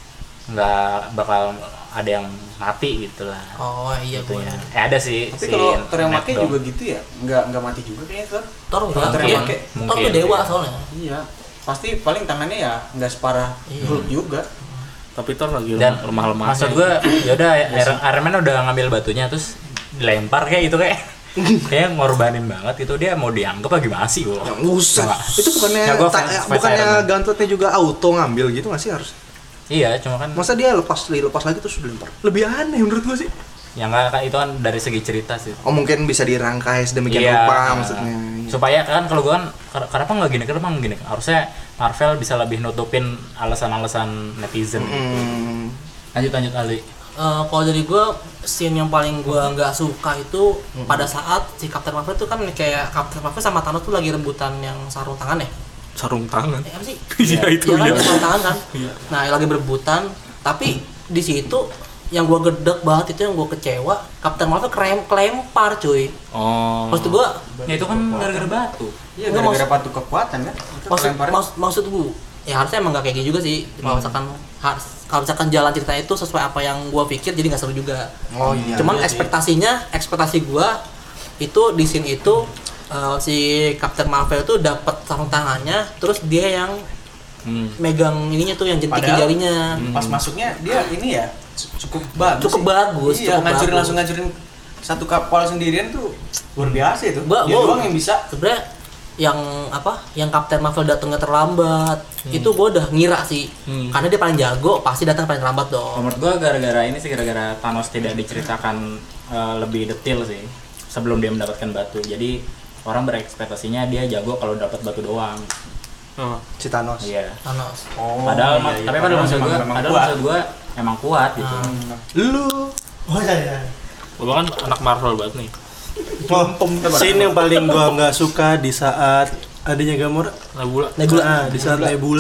nggak bakal ada yang mati gitu lah. Oh iya Gitu gue. ya. Eh ada sih. Tapi si kalau Thor yang Matt make Dom. juga gitu ya, nggak nggak mati juga kayaknya Thor. Thor Kalau Thor enggak. yang Iya. make, Thor Mungkin, tuh dewa iya. soalnya. iya pasti paling tangannya ya nggak separah Iya. Hulk juga. tapi Thor lagi Dan lemah-lemah maksud gue ya udah Iron, Iron Man udah ngambil batunya terus dilempar kayak gitu kayak kayak ngorbanin banget itu dia mau dianggap apa gimana sih gue? Buset. Itu bukannya Ya, gua ta- fans- fans bukannya Iron Man. gauntletnya juga auto ngambil gitu nggak sih harus? Iya, cuma kan Masa dia lepas lepas lagi terus dilempar? Lebih aneh menurut gua sih. yang nggak itu kan dari segi cerita sih. Oh mungkin bisa dirangkai sedemikian Iya. rupa maksudnya. Supaya kan kalau gue kan ken- kenapa nggak gini kenapa nggak gini harusnya Marvel bisa lebih nutupin alasan-alasan netizen. Hmm. Lanjut lanjut Ali. Eh, kalau dari gue scene yang paling gue nggak suka itu pada saat si Captain Marvel tuh kan kayak Captain Marvel sama Thanos tuh lagi rebutan yang sarung tangan ya. sarung tangan Eh, apa sih? Iya, itu, kan, iya. sarung tangan kan. Iya. Nah lagi berebutan tapi di situ yang gue gedek banget itu yang gue kecewa Captain Marvel krem kelempar cuy. oh Maksud gue Ya itu kan gara-gara batu. Iya, Nggak, gara-gara maksud- patu kekuatan kan. Itu maksud kelemparnya. maksud, maksud gue ya harusnya emang gak kayak gitu juga sih kalau misalkan harus kalau misalkan jalan ceritanya itu sesuai apa yang gue pikir jadi nggak seru juga. Oh iya. Cuman iya sih. ekspektasinya ekspektasi gue itu di scene itu eh, si Captain Marvel tuh dapat sarung tangannya terus dia yang hmm. megang ininya tuh yang jentikin Padahal- jarinya. Pas masuknya dia ini ya cu- cukup bagus. Cukup sih. bagus, Iya, cukup ngancurin bagus. langsung ngancurin satu kapal sendirian tuh luar biasa itu. Gua- Dia gua- doang yang bisa. Sebenarnya yang apa yang Captain Marvel datangnya terlambat itu gue udah ngira sih Hmm. karena dia paling jago pasti datang paling terlambat dong. Menurut gua gara-gara ini sih gara-gara Thanos tidak diceritakan eh, lebih detail sih sebelum dia mendapatkan batu. Jadi orang berekspektasinya dia jago kalau dapat batu doang. oh. Si Thanos. Iya. Thanos. Oh, Padahal iya, iya. tapi pada maksud Memang- gua, memang padahal kuat. maksud gua emang kuat gitu. Lu Oh iya iya. Gua kan anak Marvel banget nih Oh, scene yang paling gua nggak suka di saat adanya Gamora. Nebula Nebula. Nah, di saat Nebula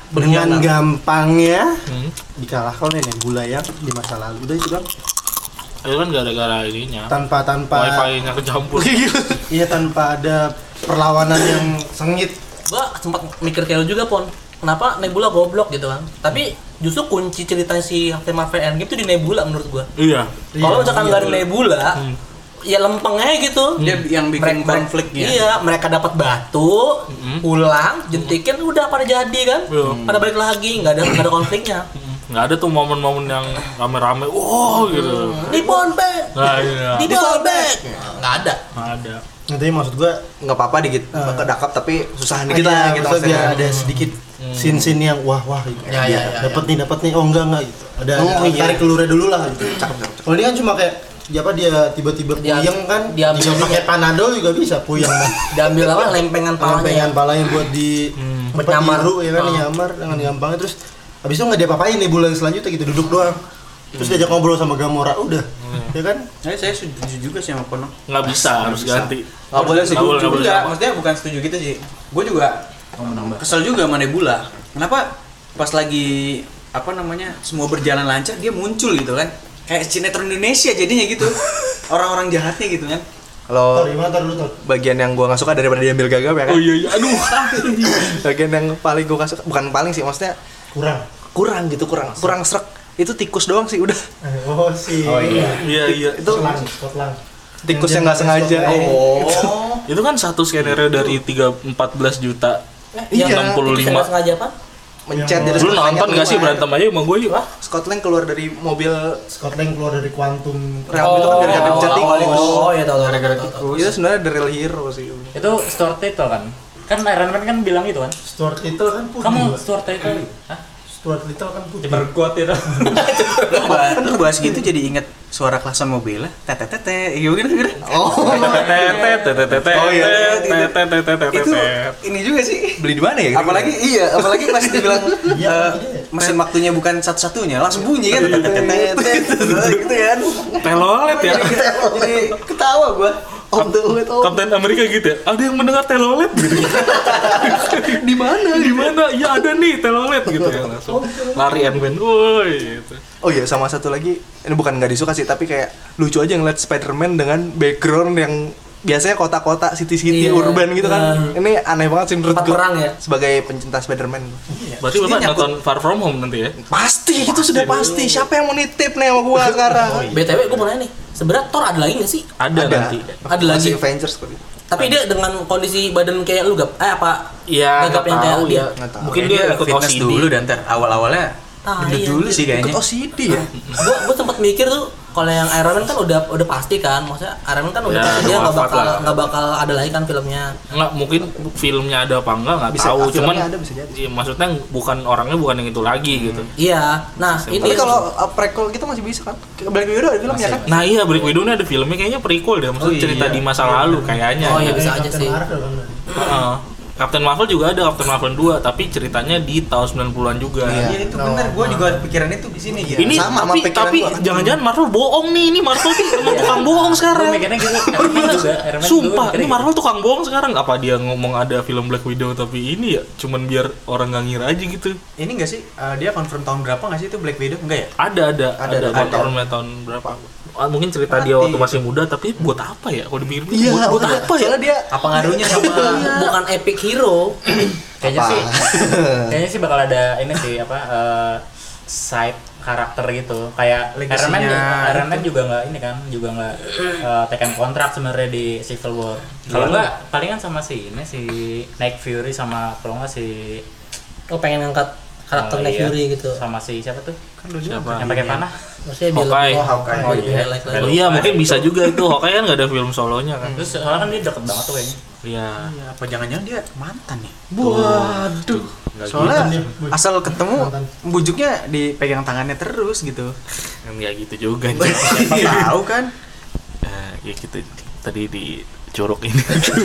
dengan gampangnya Hmm. dikalahkan oleh Nebula yang di masa lalu. Udah itu kan Itu kan gara-gara ininya. tanpa tanpa Wifi-nya kecampur. iya tanpa ada perlawanan yang sengit. Gua sempat mikir kayak lu juga, Pon. Kenapa Nebula goblok gitu kan? Tapi justru kunci ceritanya si Captain Marvel Endgame itu di Nebula menurut gua. Iya. Kalau misalkan iya, nggak ada iya. Nebula, Hmm. ya lempeng aja gitu. Dia yang bikin Mereka- konfliknya. Iya, mereka dapat batu, Mm-hmm. pulang, jentikin, udah pada jadi kan? Iya. Pada balik lagi, nggak ada nggak ada konfliknya. Nggak ada tuh momen-momen yang rame-rame, wow gitu. Di Bonbek, Nah, iya. di Bonbek, nggak ada. Nggak ada. Nanti maksud gua Nggak apa-apa dikit Ah. kedakap tapi susah dikit ada, lah gitu maksudnya biar maksudnya. ada sedikit scene-scene yang wah wah gitu. Ya, ya, ya, dapat nih, dapat nih. Oh enggak enggak gitu. Ada Oh, ada iya. tarik kelurnya dulu lah gitu. Kalau ini kan cuma kayak ya apa dia tiba-tiba Dia- puyeng kan, dia dia ambil- pakai panadol juga bisa puyeng kan. Diambil apa? Lempengan Pengen palanya. palanya buat di Buat tempat nyamar. biru ya kan, Ah. nyamar dengan gampangnya. Terus habis itu nggak diapa-apain nih bulan selanjutnya gitu, duduk doang. Terus diajak ngobrol sama Gamora udah. Ya kan? Nah, saya setuju juga sih sama Pono. Nggak bisa, harus ganti. Nggak boleh sih. Nggak boleh, nggak boleh Enggak, sama. maksudnya bukan setuju gitu sih. Gue juga kesel juga sama Nebula. Kenapa pas lagi apa namanya semua berjalan lancar dia muncul gitu kan? Kayak sinetron Indonesia jadinya gitu. Orang-orang jahatnya gitu kan. Kalau Tor, gimana tar dulu Tor? bagian yang gua nggak suka daripada diambil gagap ya kan. Oh iya, iya. Aduh. Bagian yang paling gua nggak suka, bukan paling sih, maksudnya Kurang. kurang gitu, kurang kurang serak. Itu tikus doang sih udah. Oh sih. Oh, iya. Iya, iya. Itu Scotland, Scotland. tikus yang nggak sengaja. Oh. Itu kan satu skenario dari tiga empat belas juta. Iya. enam puluh lima. Itu sengaja apa? Mencet Yang- jadi Lu nonton nggak sih berantem aja sama gue yuk? Scotland keluar dari mobil Scotland keluar dari kuantum. rel itu kan gara-gara pencet awal tikus. itu. Oh iya tahu. Gara-gara tahu, tahu, tahu. Itu sebenarnya the real hero sih. Itu Stuart Little kan? Kan Iron Man kan bilang gitu kan? Stuart Little kan putih. Kamu Pak. Stuart Little? Hah? Stuart Little kan putih. Berkuat itu. Kan lu bahas gitu jadi inget suara klason mobilnya. Tete tete gitu gitu. Oh, Oh iya. Itu itu ini juga sih. Beli di mana ya? Apalagi iya, apalagi pas dibilang Iya, eh, iya. mesin waktunya bukan satu-satunya, langsung bunyi kan. Tete tete gitu kan. telolet ya. Jadi ketawa gua. Om telolet om. Kapten Amerika gitu ya. Ada yang mendengar telolet gitu. Di mana? Di mana? Ya ada nih telolet gitu ya langsung. Lari Ant-Man, woi gitu. Oh iya, sama satu lagi, ini bukan nggak disuka sih, tapi kayak lucu aja ngeliat Spider-Man dengan background yang biasanya kota-kota, city-city, Iya. urban gitu kan. Nah. Ini aneh banget sih menurut Tempat gue. perang ya? Sebagai pencinta Spider-Man. Berarti Bapak nonton Far From Home nanti ya? Pasti, itu sudah pasti. Siapa yang mau nitip nih sama gua sekarang? B T W gue mau nanya nih, sebenarnya Thor ada lagi nggak sih? Ada, nanti. Ada lagi. Masih Avengers kok. Tapi dia dengan kondisi badan kayak lu gap, eh apa? Iya, Gagap nggak yang kayak tahu dia. ya. Nggak tahu. Mungkin Kayaknya dia ikut O fitness C D dulu dan ntar awal-awalnya Ah, gendut iya, dulu iya. sih kayaknya. Ikut O C D ya? Gue gue sempat mikir tuh kalau yang Iron Man kan udah udah pasti kan, maksudnya Iron Man kan udah Ya, pasti udah dia nggak wafat bakal lah. nggak bakal ada lagi kan filmnya. Nggak, mungkin filmnya ada apa enggak nggak Bisa, tahu. ah, Cuman filmnya ada, bisa jadi. iya, maksudnya bukan orangnya bukan yang itu lagi gitu. Iya, nah ini Tapi kalau uh, prequel gitu masih bisa kan? Black Widow ada filmnya kan? Nah iya, Black Widow ini ada filmnya kayaknya prequel deh, maksudnya Oh, iya. cerita di masa lalu kayaknya. Oh, iya, gitu. bisa aja Captain sih. Marvel kan berarti. Heeh. Captain Marvel juga ada, Captain Marvel dua, tapi ceritanya di tahun sembilan puluhan juga. Iya itu benar, gua juga pikiran itu di sini ya. Ini Sama sama tapi pikiran tapi gua. jangan-jangan Marvel bohong nih, ini Marvel tuh emang tukang bohong Gue sekarang. mikirnya gitu. Iron Man juga. Iron Man Sumpah, juga ini mikirnya Marvel tukang bohong sekarang. Apa dia ngomong ada film Black Widow tapi ini ya cuman biar orang nggak ngira aja gitu. Ini enggak sih eh, dia confirm tahun berapa enggak sih itu Black Widow? Enggak ya? Ada ada Ada, ada, ada. tahun tahun berapa? Ah, mungkin cerita dia waktu masih muda tapi buat apa ya? Kalau dipikir Iya, buat, buat apa ya? Soalnya dia Apa ngaruhnya sama bukan epic hero. Kayaknya Apa? sih, kayaknya sih bakal ada ini sih apa eh, side karakter gitu. Kayak Iron Man, Legasinya Iron Man juga nggak ini kan, juga nggak eh, tekan kontrak sebenarnya di Civil War. Kalau nggak, palingan sama si ini si Nick Fury sama kalau nggak si Gue pengen ngangkat karakter oh, Nick iya, Fury gitu. sama si siapa tuh? Siapa? Yang pakai panah? Maksudnya biar Hawkeye. lebih- Oh, Hawkeye. biar Oh, lebih iya. highlight Oh lagi. iya, mungkin bisa juga itu. Hawkeye kan nggak ada film solonya kan. Terus soalnya kan dia deket banget tuh kayaknya. Iya. Iya, apa jangan-jangan dia mantan nih? waduh. Nggak Soalnya gitu. asal ketemu Mantan. bujuknya dipegang tangannya terus gitu. Kan nggak gitu juga. Siapa tahu kan? Nah, ya gitu tadi di curug ini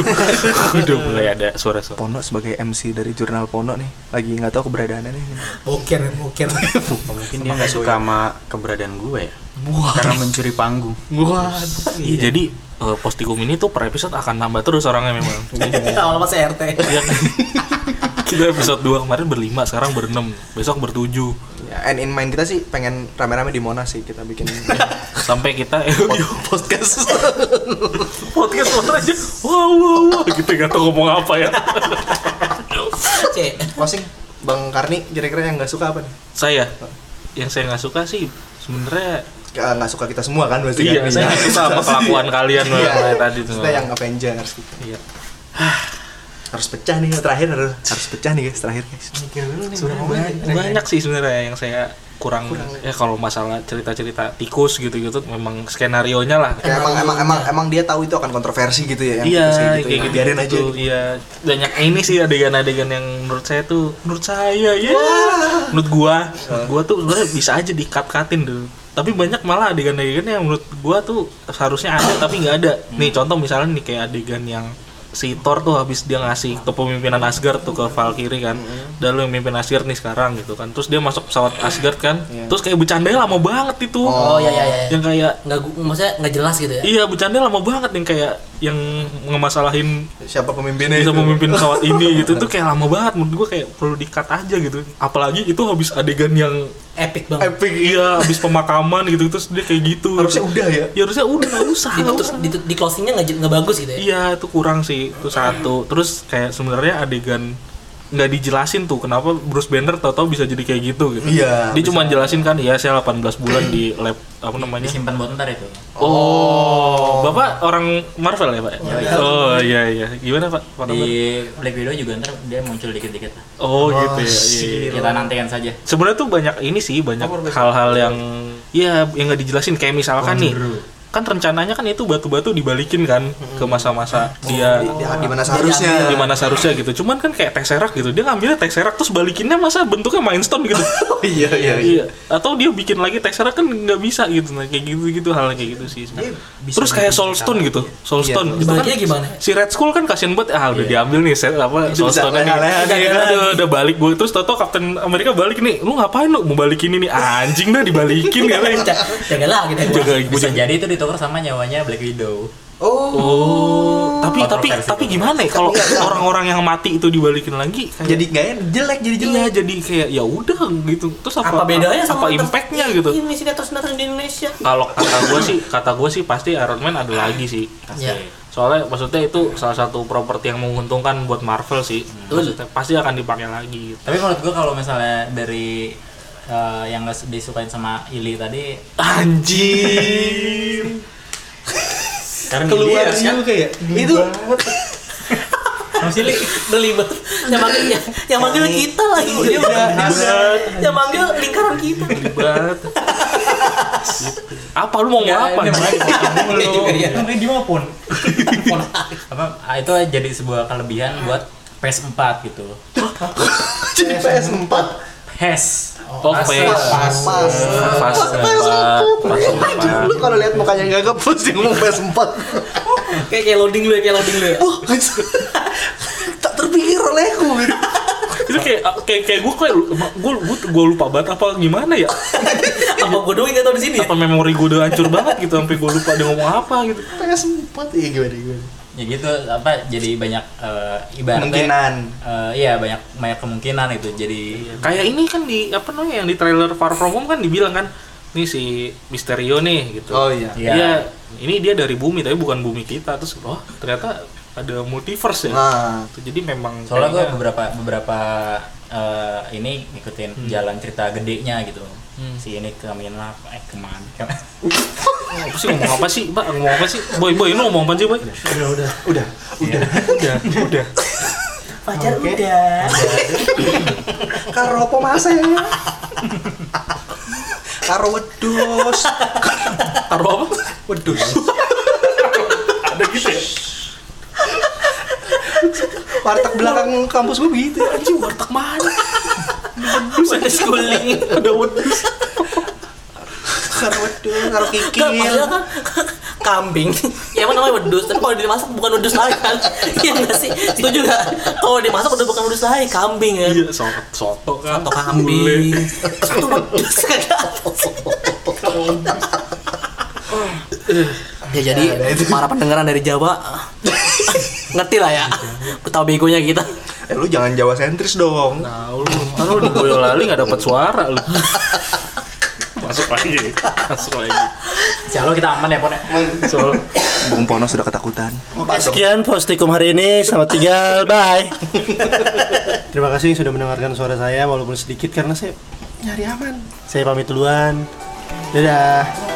udah mulai ada suara-suara. Pono sebagai M C dari jurnal Pono nih, lagi nggak tahu keberadaannya nih. Boker, boker. Oh, mungkin dia nggak suka sama keberadaan gue ya. Karena mencuri panggung. Iya, jadi eh, Postikum ini tuh per episode akan nambah terus orangnya memang. Awal pas R T. Iya kan? Kita episode dua kemarin berlima, sekarang berenam, besok bertujuh. Ya, and in mind kita sih pengen rame-rame di Monas sih kita bikin Sampai kita eh, podcast. podcast motor aja. Wow wow wow. Kita nggak tahu ngomong apa ya. Cek. Closing Bang Karni kira-kira yang nggak suka apa nih? Saya, yang saya nggak suka sih sebenarnya. Nggak nggak suka kita semua kan pasti. Iya, kan? saya nggak suka apa kelakuan kalian Iya, kayak tadi tuh. kita yang Avengers gitu. Iya. Harus pecah nih terakhir harus harus pecah nih guys terakhir guys. Sebenarnya banyak, banyak sih sebenarnya yang saya kurang, kurang ya kalau masalah cerita-cerita tikus gitu-gitu memang skenario-nya lah. Kayak emang emang emang emang dia tahu itu akan kontroversi gitu ya yang Iya, tikus kayak ya. gitu. Biarin aja. Gitu. Iya, banyak ini sih adegan-adegan yang menurut saya tuh, menurut saya ya, menurut gua, menurut gua tuh sebenarnya bisa aja di-cut-cutin dulu. Tapi banyak malah adegan-adegan yang menurut gua tuh seharusnya ada tapi nggak ada. Nih contoh misalnya nih kayak adegan yang si Thor tuh habis dia ngasih kepemimpinan Asgard tuh ke Valkyrie kan, dan lu yang mimpin Asgard nih sekarang gitu kan, terus dia masuk pesawat Asgard kan, terus kayak bercandanya lama banget itu, Oh iya iya iya. yang kayak Nggak gu- maksudnya nggak jelas gitu ya. iya bercandanya lama banget yang kayak yang ngemasalahin Siapa pemimpinnya bisa itu? memimpin pesawat ini gitu tuh kayak lama banget menurut gua, kayak perlu di-cut aja gitu, apalagi itu habis adegan yang Epic banget. Epic. iya habis pemakaman gitu terus dia kayak gitu, Harusnya udah ya. ya harusnya udah nggak usah Di, nggak usah. di, di closingnya nggak j- nggak bagus gitu ya. Iya itu kurang sih, itu satu. Terus kayak sebenarnya adegan nggak dijelasin tuh kenapa Bruce Banner tahu-tahu bisa jadi kayak gitu gitu. Iya, Dia bisa. cuma jelasin kan ya saya delapan belas bulan di lab apa namanya. Disimpan buat ntar itu. Oh, Bapak orang Marvel ya, Pak? Oh iya iya. Gimana, Pak? Pak Novel? Di Black Widow juga ntar dia muncul dikit-dikit lah. Oh, gitu ya. Iya, iya. Kita nantikan saja. Sebenarnya tuh banyak ini sih, banyak hal-hal yang ya yang nggak dijelasin kayak misalkan nih. Kan rencananya kan itu batu-batu dibalikin kan ke masa-masa dia Di, di, di mana seharusnya? di mana seharusnya gitu. Cuman kan kayak Tesseract gitu. Dia ngambilnya Tesseract terus balikinnya masa bentuknya Mindstone gitu. iya iya. Iya. Atau dia bikin lagi Tesseract kan nggak bisa gitu. Nah, kayak gitu-gitu hal kayak gitu sih. Dia bisa Terus kayak bikin Soulstone cara. gitu. Soulstone Iya. itu kan Baginya gimana? si Red Skull kan kasian banget. Ah, udah diambil nih set apa Itu bisa Soulstone nih. leha-leha nih, Udah, udah, udah balik gue terus toto Captain Amerika balik nih. Lu ngapain lu mau balikin ini? Anjing dah dibalikin katanya. Jaga lagi deh. Jaga Bisa jadi itu ditukar sama nyawanya Black Widow. Oh. Oh, tapi tapi Kontroversi tapi itu. gimana ya kalau orang-orang yang mati itu dibalikin lagi kayak Jadi nggak enak, jelek jadi jelek. iya jadi kayak ya udah gitu. Terus apa Apa bedanya apa sama impactnya gitu? Ini sinetron-sinetron di Indonesia. Kalau kata gue sih, kata gue sih pasti Iron Man ada lagi sih. Ya. Soalnya maksudnya itu salah satu properti yang menguntungkan buat Marvel sih. Maksudnya pasti akan dipakai lagi gitu. Tapi menurut gua kalau misalnya dari eh, yang nggak disukain sama Ili tadi, Anjir. karena Keluar dia kan, juga ya. Itu Mas Ili Beli banget. Yang manggil yang, yang manggil kita lagi. Dia udah yang manggil lingkaran kita. Ribet. Apa lu mau ngomong apa? Ini makanya dipotong dulu. Iya juga, iya. Kan dia mau pun. Apa ah, itu jadi sebuah kelebihan buat P S empat gitu. jadi P S empat. P E S. Oh, Pas- P E S. pas- Pas. Pas empat, pas empat. Lu kalau lihat mukanya nggak gepus dia ngomong P S empat. Kayak kayak loading lu ya, kayak loading lu ya. Wah, tak terpikir olehku gitu. Itu kayak kayak kayak gue kayak gue gue gue lupa banget apa gimana ya? Apa gue doang nggak tahu di sini? Apa memori gue udah hancur banget gitu sampai gue lupa dia ngomong apa gitu. P S empat ya gimana gimana. Ya gitu apa jadi banyak eh, ibaratnya Kemungkinan. eh, iya banyak banyak kemungkinan itu jadi Kayak ini kan di apa namanya yang di trailer Far From Home kan dibilang kan nih si Mysterio nih gitu. Oh iya. Iya. Iya, ini dia dari bumi tapi bukan bumi kita. Terus oh ternyata ada multiverse ya. Nah, Tuh, jadi memang soalnya gue kayaknya- beberapa beberapa eh, ini ngikutin jalan cerita gedenya gitu. Si ini kemana eh kemana? Oh, apa sih ngomong apa sih, Mbak? Ngomong apa sih? Boy, boy, lu ngomong apa sih, boy? Udah udah. udah. Udah, udah, udah. Pacar udah. Karo apa mase? Karo wedus. Taruh apa? Wedus. Ada gitu ya? Warteg belakang kampus gue begitu. Anjing, warteg mana? Udah schooling. Ada wedus. Karo wedus, karo Kan kikil. maksudnya kan kambing. Ya emang namanya wedus, tapi kalau dimasak bukan wedus lagi kan. Iya enggak sih? Setuju enggak? Kalau dimasak udah bukan wedus lagi, kambing kan. Iya, soto, soto kan. Atau kambing. Atau wedus kagak. Ya jadi para pendengaran dari Jawa ngerti lah ya betapa begonya kita. Eh lu jangan Jawa sentris dong. Nah, lu ntar lu di Boyolali nggak dapat suara lu. Masuk lagi, masuk lagi. Insya Allah kita aman ya Pon. So, Bung Pono sudah ketakutan. Oke, sekian Postikum hari ini. Selamat tinggal. Bye. Terima kasih sudah mendengarkan suara saya walaupun sedikit karena saya nyari aman. Saya pamit duluan. Dadah.